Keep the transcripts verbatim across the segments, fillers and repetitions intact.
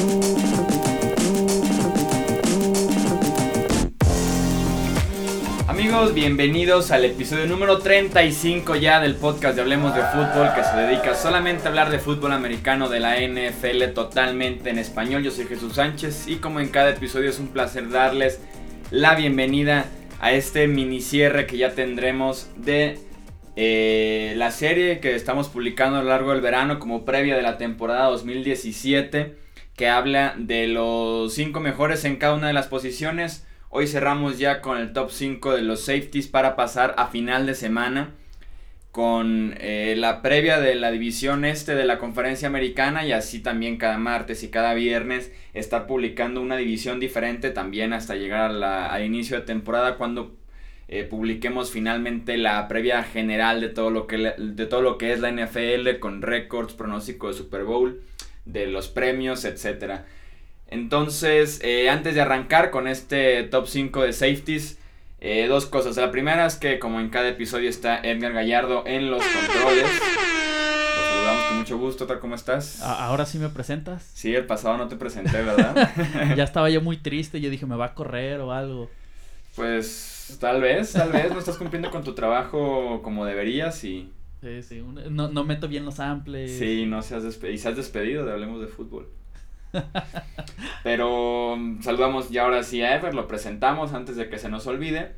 Amigos, bienvenidos al episodio número treinta y cinco ya del podcast de Hablemos de Fútbol, que se dedica solamente a hablar de fútbol americano de la N F L totalmente en español. Yo soy Jesús Sánchez y como en cada episodio es un placer darles la bienvenida a este mini cierre que ya tendremos de eh, la serie que estamos publicando a lo largo del verano como previa de la temporada dos mil diecisiete, que habla de los cinco mejores en cada una de las posiciones. Hoy cerramos ya con el top cinco de los safeties para pasar a final de semana con eh, la previa de la división este de la conferencia americana, y así también cada martes y cada viernes estar publicando una división diferente también hasta llegar a la, al inicio de temporada, cuando eh, publiquemos finalmente la previa general de todo lo que de todo lo que es la N F L, con récords, pronóstico de Super Bowl, de los premios, etcétera. Entonces, eh, antes de arrancar con este top cinco de safeties, eh, dos cosas. La primera es que, como en cada episodio, está Edgar Gallardo en los controles. Los saludamos con mucho gusto. ¿Tal cómo estás? ¿Ahora sí me presentas? Sí, el pasado no te presenté, ¿verdad? Ya estaba yo muy triste. Yo dije, ¿me va a correr o algo? Pues, tal vez, tal vez no estás cumpliendo con tu trabajo como deberías y... Sí, sí. No, no meto bien los samples. Sí, no seas despedido. Y se has despedido de Hablemos de Fútbol. Pero saludamos ya ahora sí a Ever, lo presentamos antes de que se nos olvide.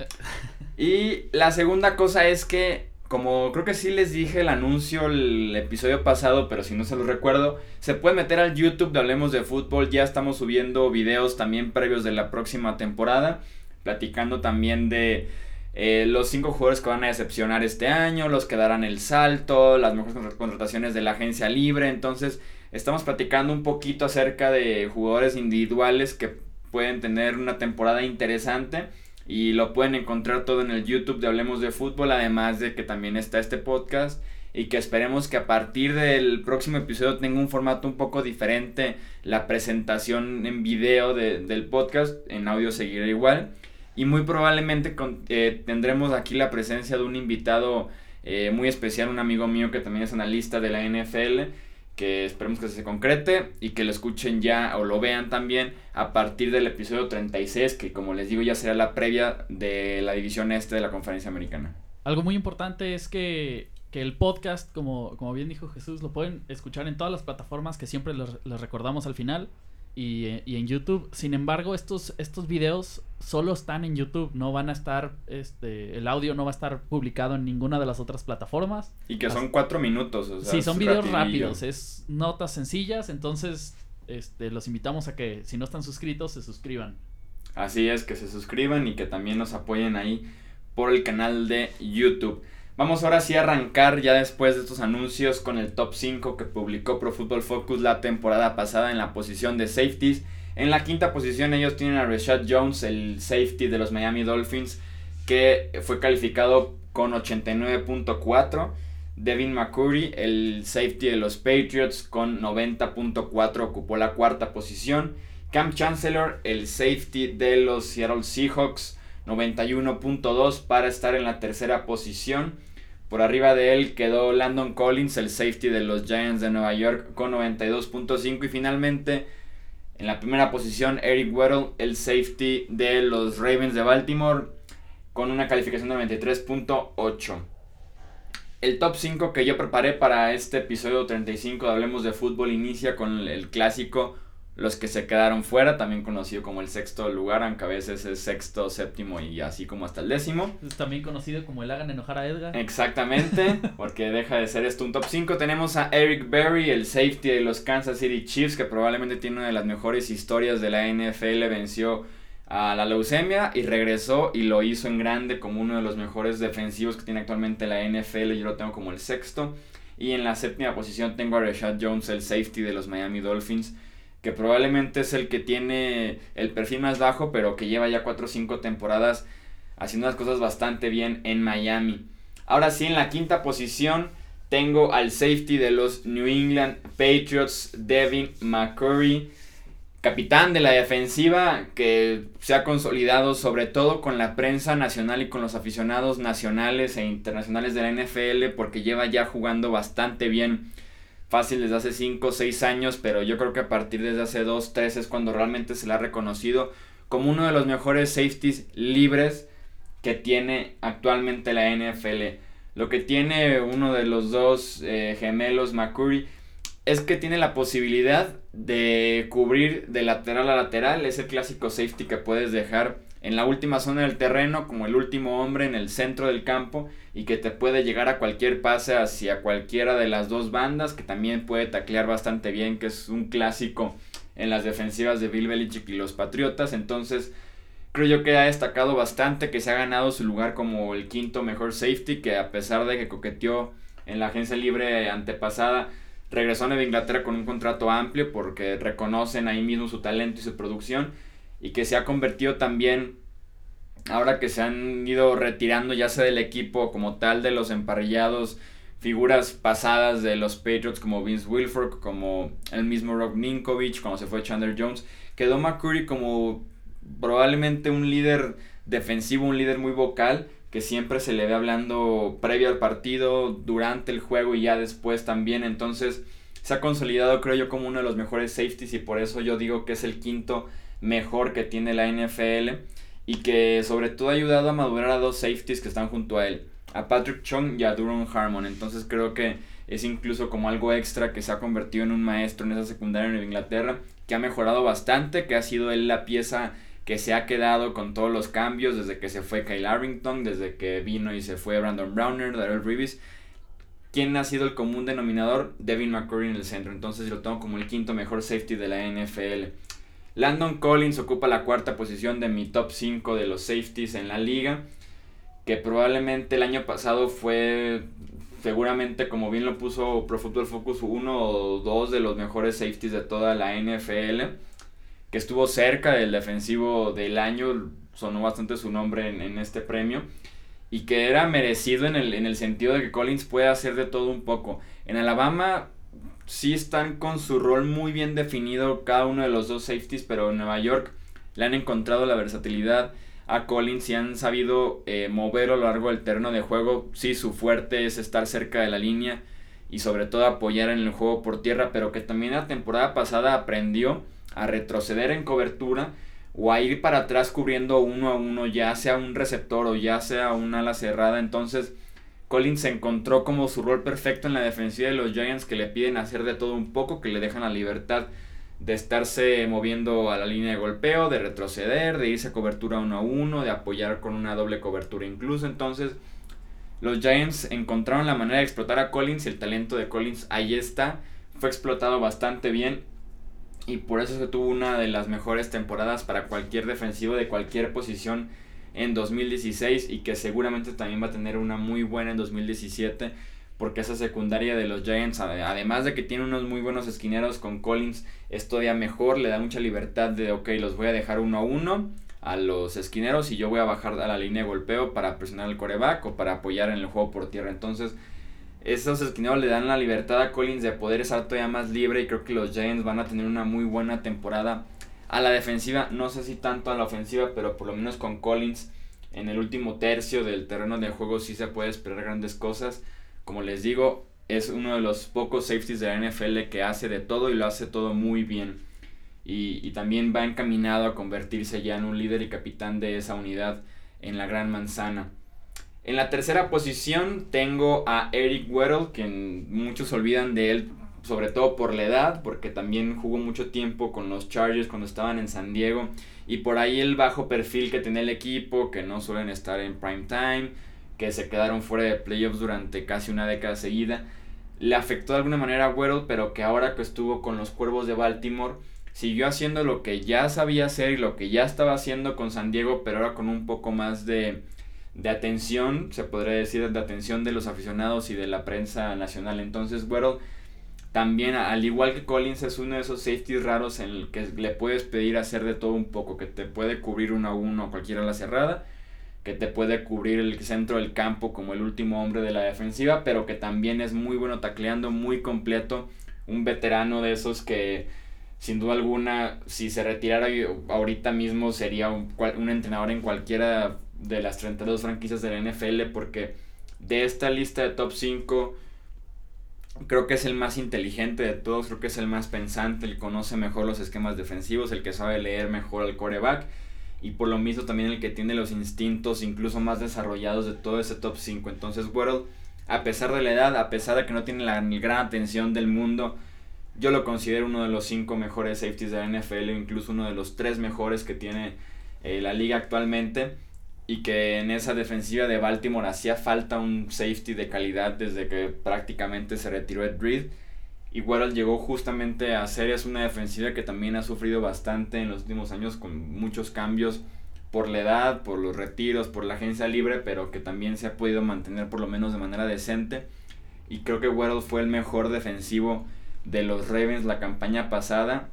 Y la segunda cosa es que, como creo que sí les dije el anuncio el episodio pasado, pero si no se los recuerdo, se puede meter al YouTube de Hablemos de Fútbol. Ya estamos subiendo videos también previos de la próxima temporada, platicando también de eh, los cinco jugadores que van a decepcionar este año, los que darán el salto, las mejores contrataciones de la agencia libre. Entonces estamos platicando un poquito acerca de jugadores individuales que pueden tener una temporada interesante, y lo pueden encontrar todo en el YouTube de Hablemos de Fútbol, además de que también está este podcast, y que esperemos que a partir del próximo episodio tenga un formato un poco diferente. La presentación en video de, del podcast, en audio seguirá igual, y muy probablemente con, eh, tendremos aquí la presencia de un invitado eh, muy especial, un amigo mío que también es analista de la N F L, que esperemos que se concrete y que lo escuchen ya o lo vean también a partir del episodio treinta y seis, que como les digo ya será la previa de la división este de la conferencia americana. Algo muy importante es que, que el podcast, como, como bien dijo Jesús, lo pueden escuchar en todas las plataformas que siempre les, les recordamos al final, y, y en YouTube. Sin embargo, estos, estos videos solo están en YouTube, no van a estar, este, el audio no va a estar publicado en ninguna de las otras plataformas. Y que son cuatro minutos, o sea, sí, son videos rapidillo. rápidos, es notas sencillas, entonces este, los invitamos a que, si no están suscritos, se suscriban. Así es, que se suscriban y que también nos apoyen ahí por el canal de YouTube. Vamos ahora sí a arrancar ya después de estos anuncios con el top cinco que publicó Pro Football Focus la temporada pasada en la posición de safeties. En la quinta posición ellos tienen a Reshad Jones, el safety de los Miami Dolphins, que fue calificado con ochenta y nueve punto cuatro. Devin McCourty, el safety de los Patriots, con noventa punto cuatro, ocupó la cuarta posición. Cam Chancellor, el safety de los Seattle Seahawks, noventa y uno punto dos para estar en la tercera posición. Por arriba de él quedó Landon Collins, el safety de los Giants de Nueva York, con noventa y dos punto cinco. Y finalmente, en la primera posición, Eric Weddle, el safety de los Ravens de Baltimore, con una calificación de noventa y tres punto ocho. El top cinco que yo preparé para este episodio treinta y cinco de Hablemos de Fútbol inicia con el clásico los que se quedaron fuera, también conocido como el sexto lugar, aunque a veces es sexto, séptimo y así como hasta el décimo. Es también conocido como el hagan enojar a Edgar. Exactamente, porque deja de ser esto un top cinco. Tenemos a Eric Berry, el safety de los Kansas City Chiefs, que probablemente tiene una de las mejores historias de la N F L. Venció a la leucemia y regresó y lo hizo en grande como uno de los mejores defensivos que tiene actualmente la N F L. Yo lo tengo como el sexto. Y en la séptima posición tengo a Reshad Jones, el safety de los Miami Dolphins, que probablemente es el que tiene el perfil más bajo, pero que lleva ya cuatro o cinco temporadas haciendo las cosas bastante bien en Miami. Ahora sí, en la quinta posición tengo al safety de los New England Patriots, Devin McCourty, capitán de la defensiva, que se ha consolidado sobre todo con la prensa nacional y con los aficionados nacionales e internacionales de la N F L, porque lleva ya jugando bastante bien fácil desde hace cinco o seis años, pero yo creo que a partir desde hace dos, tres es cuando realmente se le ha reconocido como uno de los mejores safeties libres que tiene actualmente la N F L. Lo que tiene uno de los dos eh, gemelos, McCurry, es que tiene la posibilidad de cubrir de lateral a lateral. Es el clásico safety que puedes dejar en la última zona del terreno, como el último hombre en el centro del campo, y que te puede llegar a cualquier pase hacia cualquiera de las dos bandas, que también puede taclear bastante bien, que es un clásico en las defensivas de Bill Belichick y los Patriotas. Entonces creo yo que ha destacado bastante, que se ha ganado su lugar como el quinto mejor safety, que a pesar de que coqueteó en la agencia libre antepasada, regresó a Nueva Inglaterra con un contrato amplio porque reconocen ahí mismo su talento y su producción, y que se ha convertido también, ahora que se han ido retirando ya sea del equipo como tal de los emparrillados, figuras pasadas de los Patriots como Vince Wilfork, como el mismo Rob Ninkovich, cuando se fue Chandler Jones, quedó McCurry como probablemente un líder defensivo, un líder muy vocal, que siempre se le ve hablando previo al partido, durante el juego y ya después también. Entonces se ha consolidado, creo yo, como uno de los mejores safeties, y por eso yo digo que es el quinto mejor que tiene la N F L, y que sobre todo ha ayudado a madurar a dos safeties que están junto a él, a Patrick Chung y a Duron Harmon. Entonces creo que es incluso como algo extra, que se ha convertido en un maestro en esa secundaria en Nueva Inglaterra, que ha mejorado bastante, que ha sido él la pieza que se ha quedado con todos los cambios, desde que se fue Kyle Arrington, desde que vino y se fue Brandon Browner, Darrell Reeves. ¿Quién ha sido el común denominador? Devin McCurry en el centro. Entonces yo lo tengo como el quinto mejor safety de la N F L. Landon Collins ocupa la cuarta posición de mi top cinco de los safeties en la liga, que probablemente el año pasado fue, seguramente, como bien lo puso Pro Football Focus, uno o dos de los mejores safeties de toda la N F L, que estuvo cerca del defensivo del año, sonó bastante su nombre en, en este premio, y que era merecido en el, en el sentido de que Collins puede hacer de todo un poco. En Alabama sí están con su rol muy bien definido cada uno de los dos safeties, pero en Nueva York le han encontrado la versatilidad a Collins y han sabido eh, mover a lo largo del terreno de juego. Sí, su fuerte es estar cerca de la línea y sobre todo apoyar en el juego por tierra, pero que también la temporada pasada aprendió a retroceder en cobertura o a ir para atrás cubriendo uno a uno, ya sea un receptor o ya sea un ala cerrada. Entonces Collins se encontró como su rol perfecto en la defensiva de los Giants, que le piden hacer de todo un poco, que le dejan la libertad de estarse moviendo a la línea de golpeo, de retroceder, de irse a cobertura uno a uno, de apoyar con una doble cobertura incluso. Entonces los Giants encontraron la manera de explotar a Collins, y el talento de Collins ahí está, fue explotado bastante bien, y por eso se tuvo una de las mejores temporadas para cualquier defensivo de cualquier posición en dos mil dieciséis, y que seguramente también va a tener una muy buena en dos mil diecisiete, porque esa secundaria de los Giants, además de que tiene unos muy buenos esquineros, con Collins es todavía mejor, le da mucha libertad de ok, los voy a dejar uno a uno a los esquineros y yo voy a bajar a la línea de golpeo para presionar al quarterback o para apoyar en el juego por tierra. Entonces esos esquineros le dan la libertad a Collins de poder estar todavía más libre, y creo que los Giants van a tener una muy buena temporada a la defensiva, no sé si tanto a la ofensiva, pero por lo menos con Collins en el último tercio del terreno de juego sí se puede esperar grandes cosas. Como les digo, es uno de los pocos safeties de la N F L que hace de todo y lo hace todo muy bien, y, y también va encaminado a convertirse ya en un líder y capitán de esa unidad en la Gran Manzana. En la tercera posición tengo a Eric Weddle, que muchos olvidan de él, sobre todo por la edad, porque también jugó mucho tiempo con los Chargers cuando estaban en San Diego, y por ahí el bajo perfil que tiene el equipo, que no suelen estar en prime time, que se quedaron fuera de playoffs durante casi una década seguida, le afectó de alguna manera a Weddle, pero que ahora que estuvo con los Cuervos de Baltimore, siguió haciendo lo que ya sabía hacer y lo que ya estaba haciendo con San Diego, pero ahora con un poco más de, de atención, se podría decir, de atención de los aficionados y de la prensa nacional. Entonces Weddle también, al igual que Collins, es uno de esos safeties raros en el que le puedes pedir hacer de todo un poco, que te puede cubrir uno a uno cualquiera ala cerrada, que te puede cubrir el centro del campo como el último hombre de la defensiva, pero que también es muy bueno tacleando, muy completo, un veterano de esos que sin duda alguna, si se retirara ahorita mismo, sería un, un entrenador en cualquiera de las treinta y dos franquicias de la N F L, porque de esta lista de top cinco Creo que es el más inteligente de todos, creo que es el más pensante, el que conoce mejor los esquemas defensivos, el que sabe leer mejor al quarterback y por lo mismo también el que tiene los instintos incluso más desarrollados de todo ese top cinco. Entonces Waddle, a pesar de la edad, a pesar de que no tiene la gran atención del mundo, yo lo considero uno de los cinco mejores safeties de la N F L, incluso uno de los tres mejores que tiene eh, la liga actualmente. Y que en esa defensiva de Baltimore hacía falta un safety de calidad desde que prácticamente se retiró Ed Reed. Y Waddle llegó justamente a ser es una defensiva que también ha sufrido bastante en los últimos años con muchos cambios por la edad, por los retiros, por la agencia libre, pero que también se ha podido mantener por lo menos de manera decente. Y creo que Waddle fue el mejor defensivo de los Ravens la campaña pasada.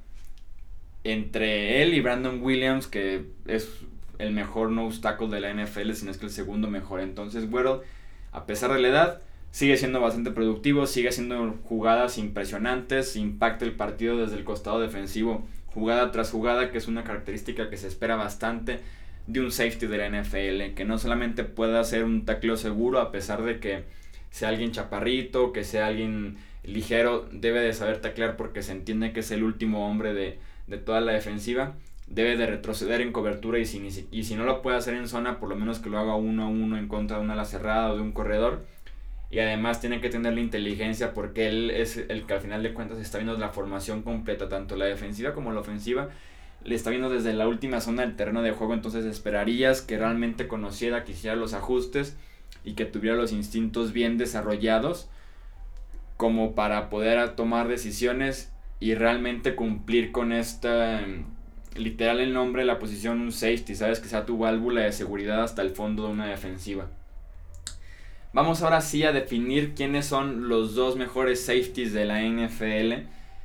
Entre él y Brandon Williams, que es el mejor nose tackle de la N F L, si no es que el segundo mejor. Entonces Waddle, a pesar de la edad, sigue siendo bastante productivo, sigue haciendo jugadas impresionantes, impacta el partido desde el costado defensivo, jugada tras jugada, que es una característica que se espera bastante de un safety de la N F L, que no solamente pueda hacer un tacleo seguro, a pesar de que sea alguien chaparrito, que sea alguien ligero, debe de saber taclear porque se entiende que es el último hombre de, de toda la defensiva. Debe de retroceder en cobertura y si, y si no lo puede hacer en zona, por lo menos que lo haga uno a uno en contra de una ala cerrada o de un corredor. Y además tiene que tener la inteligencia porque él es el que al final de cuentas está viendo la formación completa, tanto la defensiva como la ofensiva. Le está viendo desde la última zona del terreno de juego, entonces esperarías que realmente conociera, que hiciera los ajustes y que tuviera los instintos bien desarrollados como para poder tomar decisiones y realmente cumplir con esta... literal el nombre de la posición, un safety, sabes, que sea tu válvula de seguridad hasta el fondo de una defensiva. Vamos ahora sí a definir quiénes son los dos mejores safeties de la N F L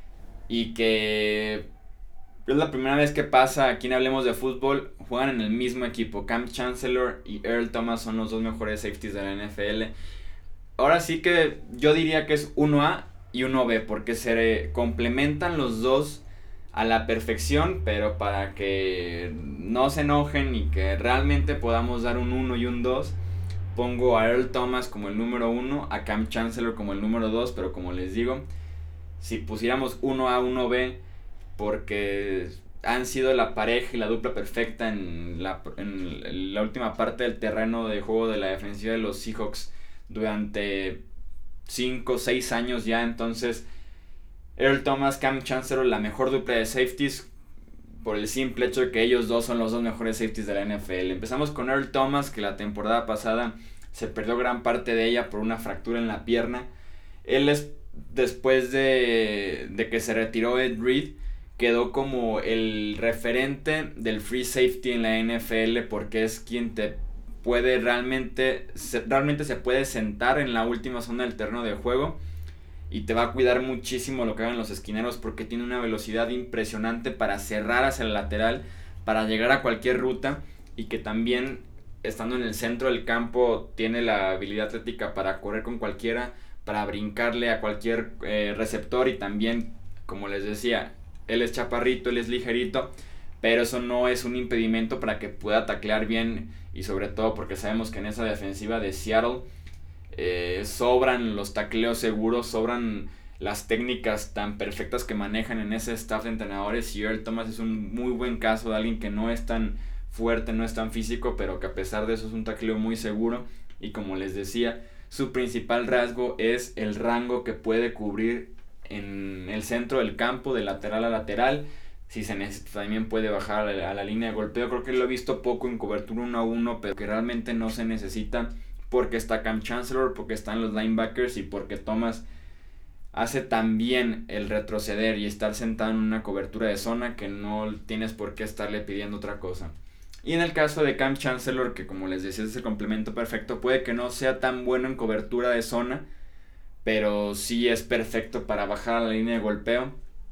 y que es la primera vez que pasa aquí en Hablemos de Fútbol, juegan en el mismo equipo. Kam Chancellor y Earl Thomas son los dos mejores safeties de la N F L. Ahora sí que yo diría que es uno A y uno B porque se complementan los dos a la perfección, pero para que no se enojen y que realmente podamos dar un uno y un dos, pongo a Earl Thomas como el número uno, a Kam Chancellor como el número dos, pero como les digo, si pusiéramos uno A, uno B, porque han sido la pareja y la dupla perfecta en la, en la última parte del terreno de juego de la defensiva de los Seahawks durante cinco o seis años ya, entonces... Earl Thomas, Kam Chancellor, la mejor dupla de safeties por el simple hecho de que ellos dos son los dos mejores safeties de la N F L. Empezamos con Earl Thomas, que la temporada pasada se perdió gran parte de ella por una fractura en la pierna. Él es, después de, de que se retiró Ed Reed, quedó como el referente del free safety en la N F L porque es quien te puede realmente, se, realmente se puede sentar en la última zona del terreno de juego y te va a cuidar muchísimo lo que hagan los esquineros porque tiene una velocidad impresionante para cerrar hacia el lateral, para llegar a cualquier ruta y que también estando en el centro del campo tiene la habilidad atlética para correr con cualquiera, para brincarle a cualquier eh, receptor y también, como les decía, él es chaparrito, él es ligerito, pero eso no es un impedimento para que pueda taclear bien y sobre todo porque sabemos que en esa defensiva de Seattle Eh, sobran los tacleos seguros, sobran las técnicas tan perfectas que manejan en ese staff de entrenadores y Earl Thomas es un muy buen caso de alguien que no es tan fuerte, no es tan físico, pero que a pesar de eso es un tacleo muy seguro y como les decía, su principal rasgo es el rango que puede cubrir en el centro del campo, de lateral a lateral. Si se necesita también puede bajar a la, a la línea de golpeo, creo que lo he visto poco en cobertura uno a uno, pero que realmente no se necesita porque está Kam Chancellor, porque están los linebackers y porque Thomas hace también el retroceder y estar sentado en una cobertura de zona que no tienes por qué estarle pidiendo otra cosa. Y en el caso de Kam Chancellor, que como les decía es el complemento perfecto, puede que no sea tan bueno en cobertura de zona, pero sí es perfecto para bajar a la línea de golpeo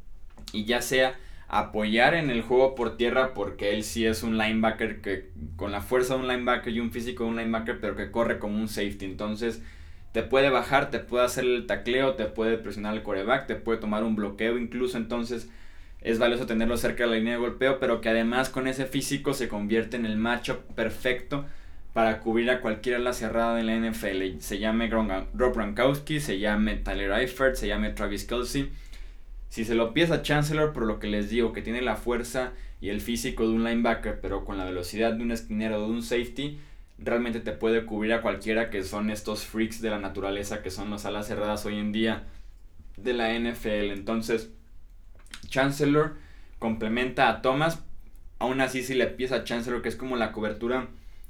y ya sea apoyar en el juego por tierra porque él sí es un linebacker que con la fuerza de un linebacker y un físico de un linebacker pero que corre como un safety, entonces te puede bajar, te puede hacer el tacleo, te puede presionar el quarterback, te puede tomar un bloqueo incluso, entonces es valioso tenerlo cerca de la línea de golpeo, pero que además con ese físico se convierte en el matchup perfecto para cubrir a cualquier ala cerrada de la N F L. Se llame Rob Gronkowski, se llame Tyler Eifert, se llame Travis Kelce. Si se lo pides a Chancellor, por lo que les digo, que tiene la fuerza y el físico de un linebacker, pero con la velocidad de un esquinero o de un safety, realmente te puede cubrir a cualquiera, que son estos freaks de la naturaleza que son los alas cerradas hoy en día de la N F L. Entonces, Chancellor complementa a Thomas. Aún así, si le pides a Chancellor, que es como la cobertura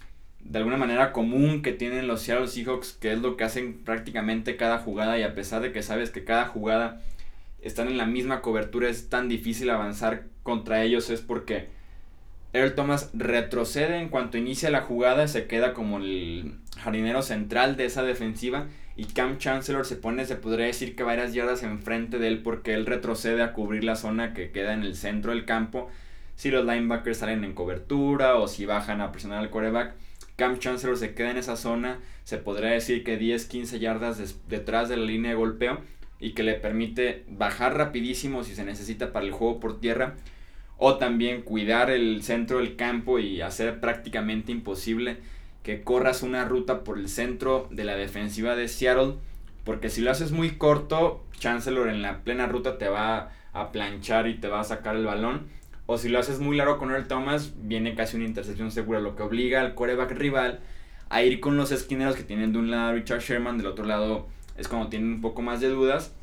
de alguna manera común que tienen los Seattle Seahawks, que es lo que hacen prácticamente cada jugada, y a pesar de que sabes que cada jugada están en la misma cobertura, es tan difícil avanzar contra ellos, es porque Earl Thomas retrocede en cuanto inicia la jugada, se queda como el jardinero central de esa defensiva, y Cam Chancellor se pone, se podría decir que varias yardas enfrente de él, porque él retrocede a cubrir la zona que queda en el centro del campo. Si los linebackers salen en cobertura o si bajan a presionar al quarterback, Cam Chancellor se queda en esa zona, se podría decir que diez a quince yardas des- detrás de la línea de golpeo, y que le permite bajar rapidísimo si se necesita para el juego por tierra, o también cuidar el centro del campo y hacer prácticamente imposible que corras una ruta por el centro de la defensiva de Seattle, porque si lo haces muy corto, Chancellor en la plena ruta te va a planchar y te va a sacar el balón, o si lo haces muy largo con Earl Thomas, viene casi una intercepción segura, lo que obliga al quarterback rival a ir con los esquineros, que tienen de un lado a Richard Sherman, del otro lado es cuando tienen un poco más de dudas,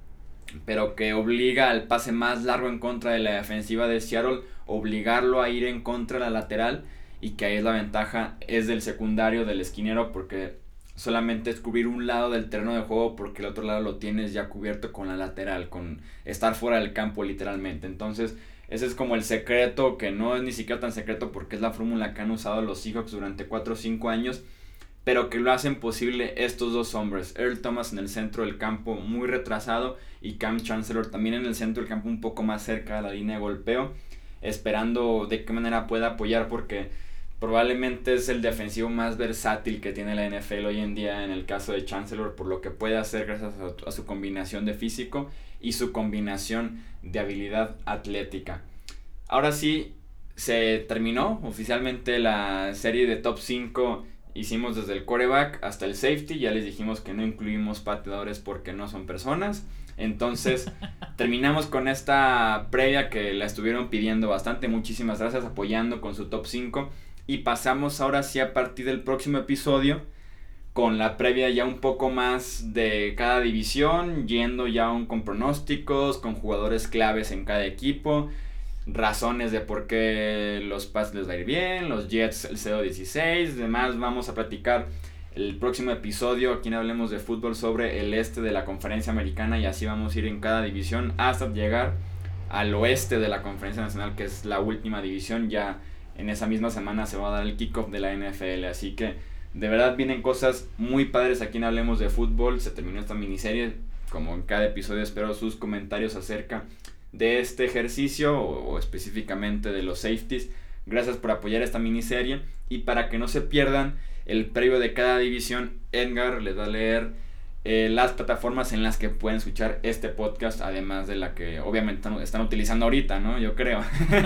pero que obliga al pase más largo en contra de la defensiva de Seattle, obligarlo a ir en contra de la lateral, y que ahí es la ventaja, es del secundario, del esquinero, porque solamente es cubrir un lado del terreno de juego, porque el otro lado lo tienes ya cubierto con la lateral, con estar fuera del campo literalmente. Entonces ese es como el secreto, que no es ni siquiera tan secreto porque es la fórmula que han usado los Seahawks durante cuatro o cinco años, pero que lo hacen posible estos dos hombres, Earl Thomas en el centro del campo muy retrasado, y Cam Chancellor también en el centro del campo un poco más cerca de la línea de golpeo, esperando de qué manera pueda apoyar, porque probablemente es el defensivo más versátil que tiene la N F L hoy en día en el caso de Chancellor, por lo que puede hacer gracias a, a su combinación de físico y su combinación de habilidad atlética. Ahora sí, se terminó oficialmente la serie de top cinco. Hicimos desde el quarterback hasta el safety. Ya les dijimos que no incluimos pateadores porque no son personas. Entonces terminamos con esta previa que la estuvieron pidiendo bastante. Muchísimas gracias, apoyando con su top cinco. Y pasamos ahora sí a partir del próximo episodio con la previa ya un poco más de cada división, yendo ya un, con pronósticos, con jugadores claves en cada equipo, razones de por qué los Pats les va a ir bien, los Jets el cero dieciséis, demás. Vamos a platicar el próximo episodio aquí en Hablemos de Fútbol sobre el este de la conferencia americana, y así vamos a ir en cada división hasta llegar al oeste de la conferencia nacional, que es la última división. Ya en esa misma semana se va a dar el kickoff de la N F L, así que de verdad vienen cosas muy padres aquí en Hablemos de Fútbol. Se terminó esta miniserie, como en cada episodio espero sus comentarios acerca de este ejercicio o, o específicamente de los safeties. Gracias por apoyar esta miniserie, y para que no se pierdan el previo de cada división, Edgar les va a leer eh, las plataformas en las que pueden escuchar este podcast, además de la que obviamente están utilizando ahorita, ¿no? Yo creo.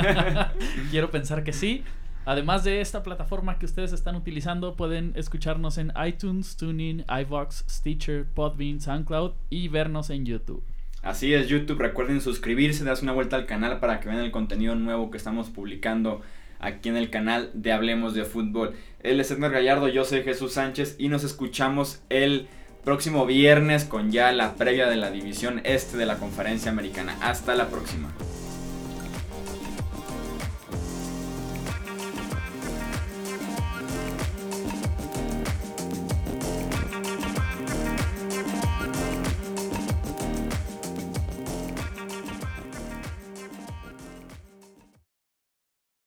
Quiero pensar que sí. Además de esta plataforma que ustedes están utilizando, pueden escucharnos en iTunes, TuneIn, iVoox, Stitcher, Podbean, SoundCloud y vernos en YouTube. Así es, YouTube. Recuerden suscribirse, darse una vuelta al canal para que vean el contenido nuevo que estamos publicando aquí en el canal de Hablemos de Fútbol. Él es Edgar Gallardo, yo soy Jesús Sánchez, y nos escuchamos el próximo viernes con ya la previa de la división este de la conferencia americana. Hasta la próxima.